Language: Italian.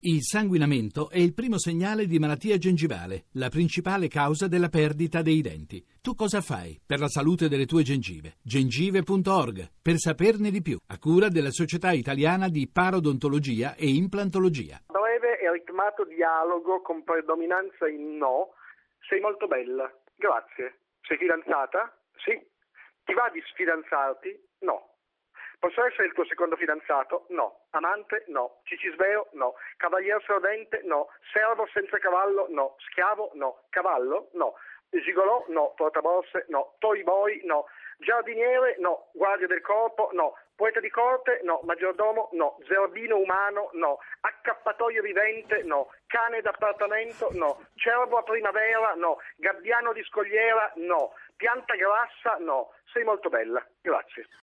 Il sanguinamento è il primo segnale di malattia gengivale, la principale causa della perdita dei denti. Tu cosa fai per la salute delle tue gengive? Gengive.org, per saperne di più, a cura della Società Italiana di Parodontologia e Implantologia. Breve e ritmato dialogo con predominanza in no. Sei molto bella. Grazie. Sei fidanzata? Sì. Ti va di sfidanzarti? No. Posso essere il tuo secondo fidanzato? No. Amante? No. Cicisbeo? No. Cavalier servente? No. Servo senza cavallo? No. Schiavo? No. Cavallo? No. Gigolò? No. Portaborse? No. Toy boy? No. Giardiniere? No. Guardia del corpo? No. Poeta di corte? No. Maggiordomo? No. Zerbino umano? No. Accappatoio vivente? No. Cane d'appartamento? No. Cervo a primavera? No. Gabbiano di scogliera? No. Pianta grassa? No. Sei molto bella. Grazie.